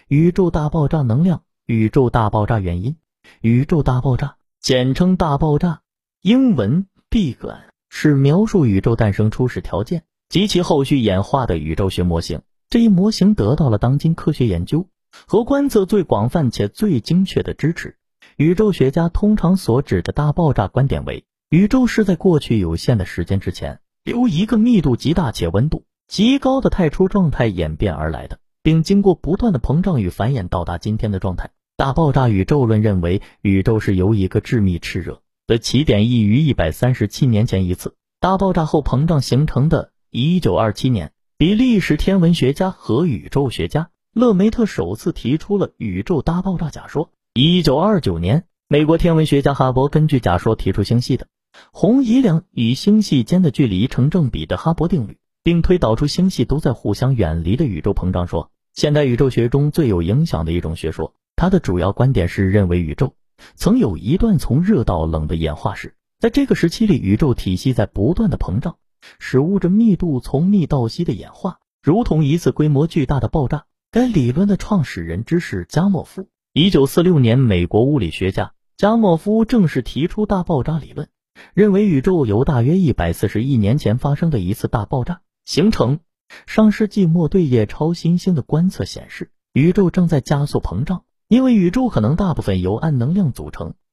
宇宙大爆炸能量，宇宙大爆炸原因。宇宙大爆炸，简称大爆炸，英文 Big Bang， 是描述宇宙诞生初始条件及其后续演化的宇宙学模型。这一模型得到了当今科学研究和观测最广泛且最精确的支持。宇宙学家通常所指的大爆炸观点为，宇宙是在过去有限的时间之前，由一个密度极大且温度极高的太初状态演变而来的，并经过不断的膨胀与繁衍到达今天的状态。大爆炸宇宙论认为，宇宙是由一个致密炽热的起点异于137年前一次大爆炸后膨胀形成的。1927年，比利时天文学家和宇宙学家勒梅特首次提出了宇宙大爆炸假说。1929年，美国天文学家哈勃根据假说提出星系的红移量与星系间的距离成正比的哈勃定律，并推导出星系都在互相远离的宇宙膨胀说。现代宇宙学中最有影响的一种学说，它的主要观点是认为宇宙曾有一段从热到冷的演化史，在这个时期里，宇宙体系在不断的膨胀，使物质密度从密到稀的演化，如同一次规模巨大的爆炸。该理论的创始人之是加莫夫。1946年，美国物理学家加莫夫正式提出大爆炸理论，认为宇宙由大约140亿年前发生的一次大爆炸形成。上世纪末对夜超新星的观测显示，宇宙正在加速膨胀，因为宇宙可能大部分由暗能量组成，